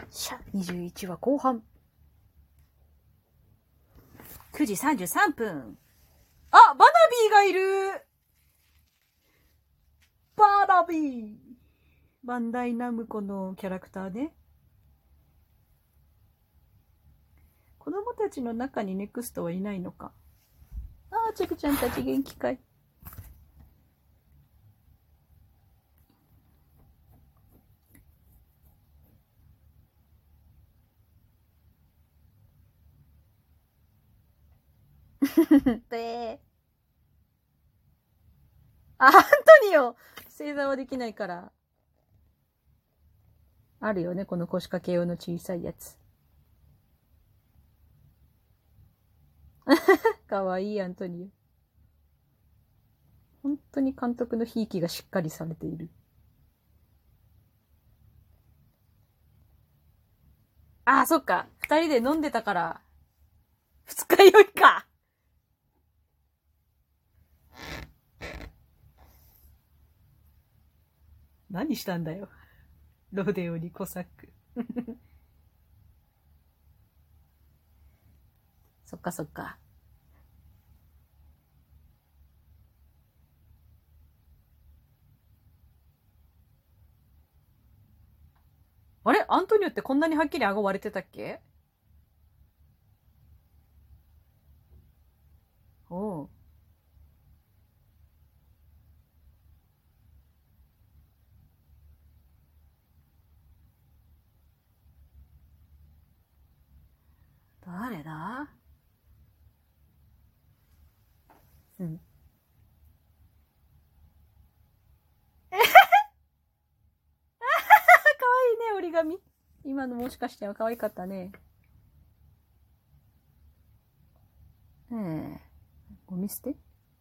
しゃ、21話後半。9時33分。あ、バナビーがいる。バナビー。バンダイナムコのキャラクターね。子供たちの中にネクストはいないのか。あー、チェクちゃんたち元気かい。でアントニオ正座はできないから。あるよね、この腰掛け用の小さいやつ。かわいいアントニオ。本当に監督のひいきがしっかりされている。ああ、そっか。二人で飲んでたから、二日酔いか。何したんだよ。ロデオにコサック。そっかそっか。あれアントニオってこんなにはっきり顎割れてたっけ？おう。誰だ？うん。かわいいね、折り紙。今のもしかしては可愛かったね。ゴミ捨て？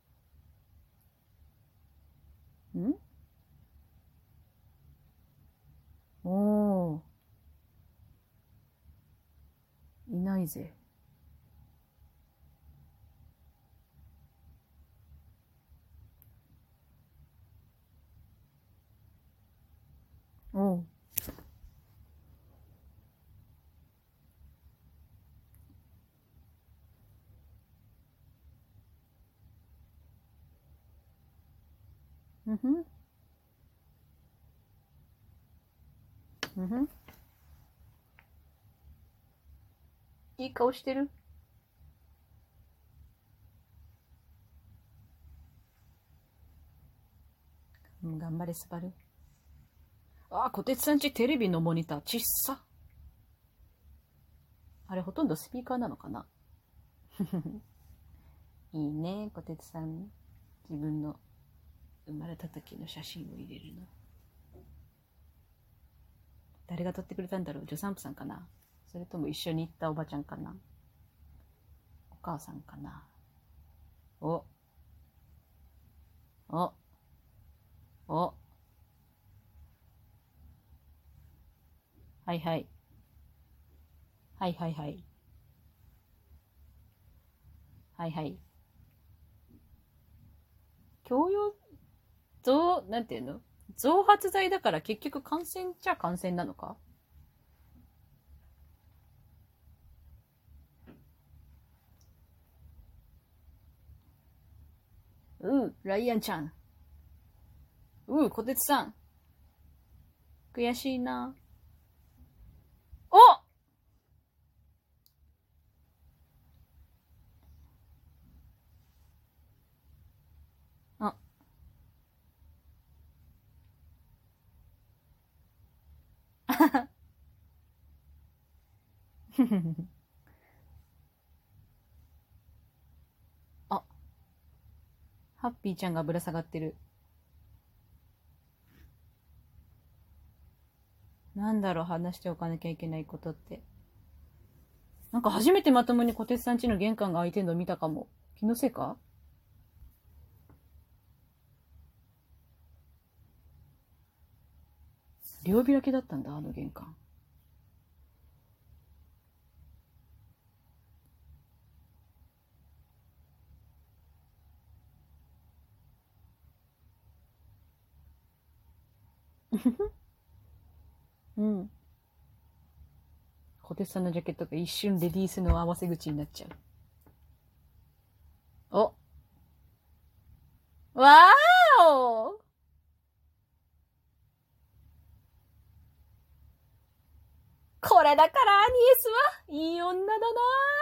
ん？おー。いないぜ。おう。うんふん。うんふん。いい顔してる。うん、頑張れ、スバル。あ、こてつさんちテレビのモニター、ちっさ。あれ、ほとんどスピーカーなのかな？いいね、こてつさん。自分の生まれた時の写真を入れるの。誰が撮ってくれたんだろう？助産婦さんかな？それとも一緒に行ったおばちゃんかな？お母さんかな？お。お。お。はいはい。はいはいはい。はいはい。共用、なんていうの？増発剤だから結局感染っちゃ感染なのか？ライアンちゃん。こてつさん。悔しいな。おあ。あ、ハッピーちゃんがぶら下がってる。なんだろう、話しておかなきゃいけないことって。なんか初めてまともに小鉄さん家の玄関が開いてんの見たかも。気のせいか？両開きだったんだ、あの玄関。うん。 小鉄さんのジャケットが一瞬レディースの合わせ口になっちゃう。お、わーお、これだからアニエスはいい女だな。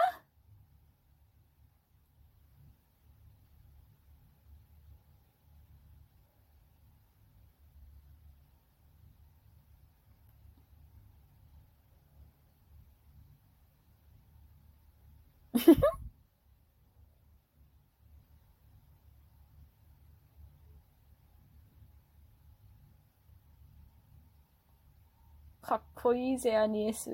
かっこいいぜ、アニエス。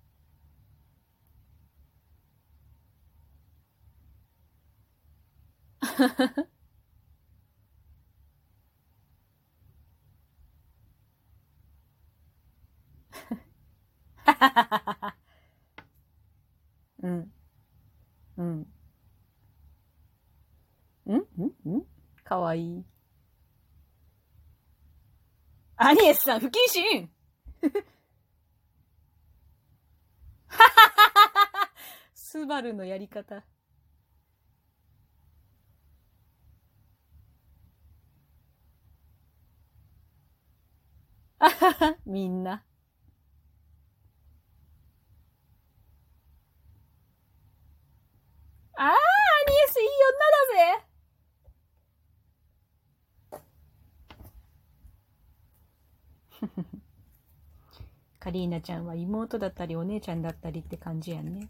うん。うん。んかわいい。アニエスさん、不謹慎スバルのやり方。あはは、みんな。あー、アニエスいい女だぜ。カリーナちゃんは妹だったりお姉ちゃんだったりって感じやんね。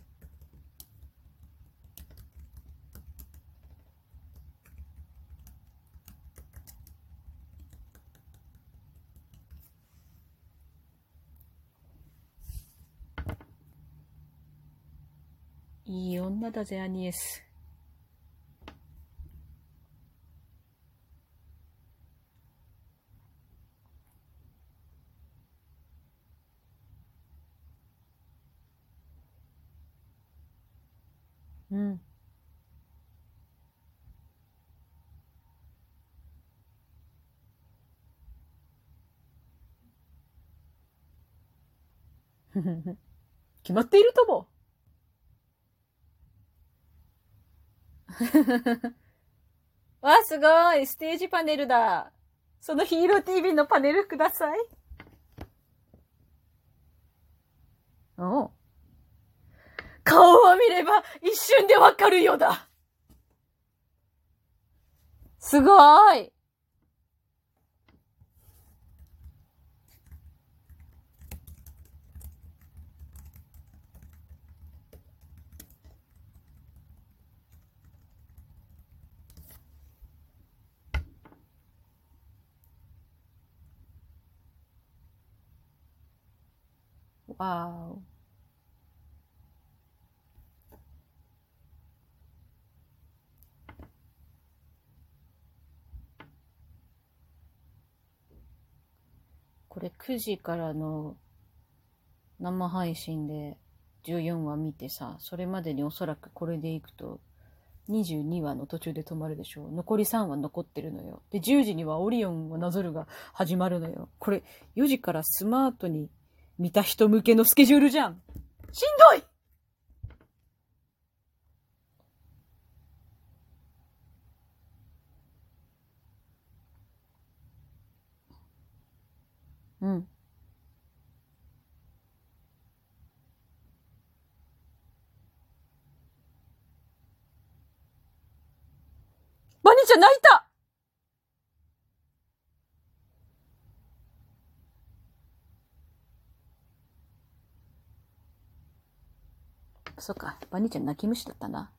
いい女だぜ、アニエス。うん。決まっているとも。わ、すごい。ステージパネルだ。そのヒーロー TV のパネルください。おう。顔を見れば一瞬でわかるよだ。すごい。わーお。これ9時からの生配信で14話見てさ、それまでにおそらくこれでいくと22話の途中で止まるでしょ。残り3話残ってるのよ。で、10時にはオリオンをなぞるが始まるのよ。これ4時からスマートに見た人向けのスケジュールじゃん。しんどい。うん。バニーちゃん泣いた。そっか、バニーちゃん泣き虫だったな。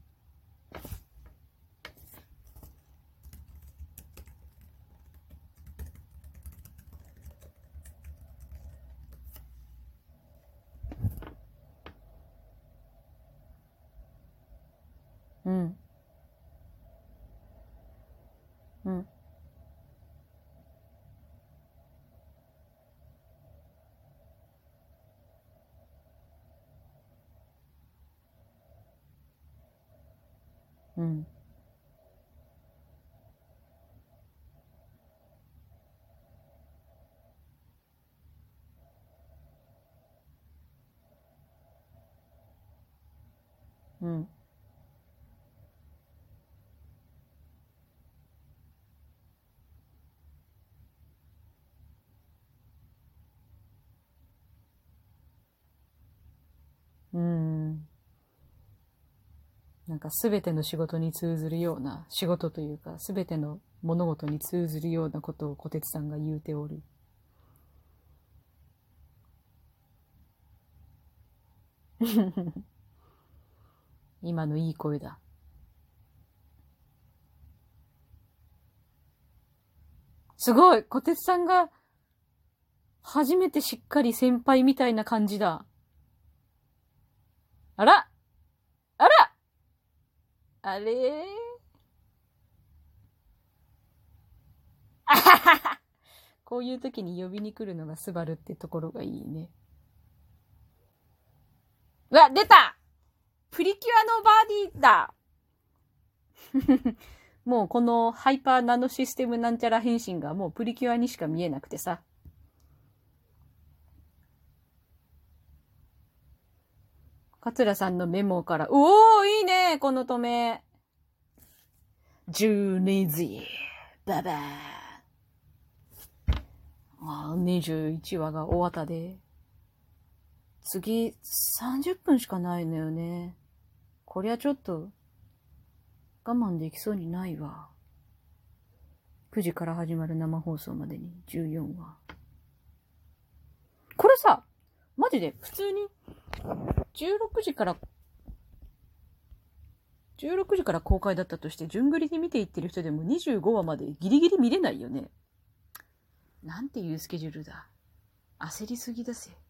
うん。うん。うん。 うん。うん。なんか全ての仕事に通ずるような、仕事というか全ての物事に通ずるようなことを小鉄さんが言うておる。今のいい声だ。すごい小鉄さんが初めてしっかり先輩みたいな感じだ。あらあらあれーあはははこういう時に呼びに来るのがスバルってところがいいね。うわ、出たプリキュアのバーディーだもうこのハイパーナノシステムなんちゃら変身がもうプリキュアにしか見えなくてさ。桂さんのメモから、おー、いいね、この止め。12時、ババー。21話が終わったで。次、30分しかないのよね。こりゃちょっと、我慢できそうにないわ。9時から始まる生放送までに14話。これさ、マジで普通に、16時から公開だったとして、順繰りに見ていってる人でも25話までギリギリ見れないよね。なんていうスケジュールだ。焦りすぎだぜ。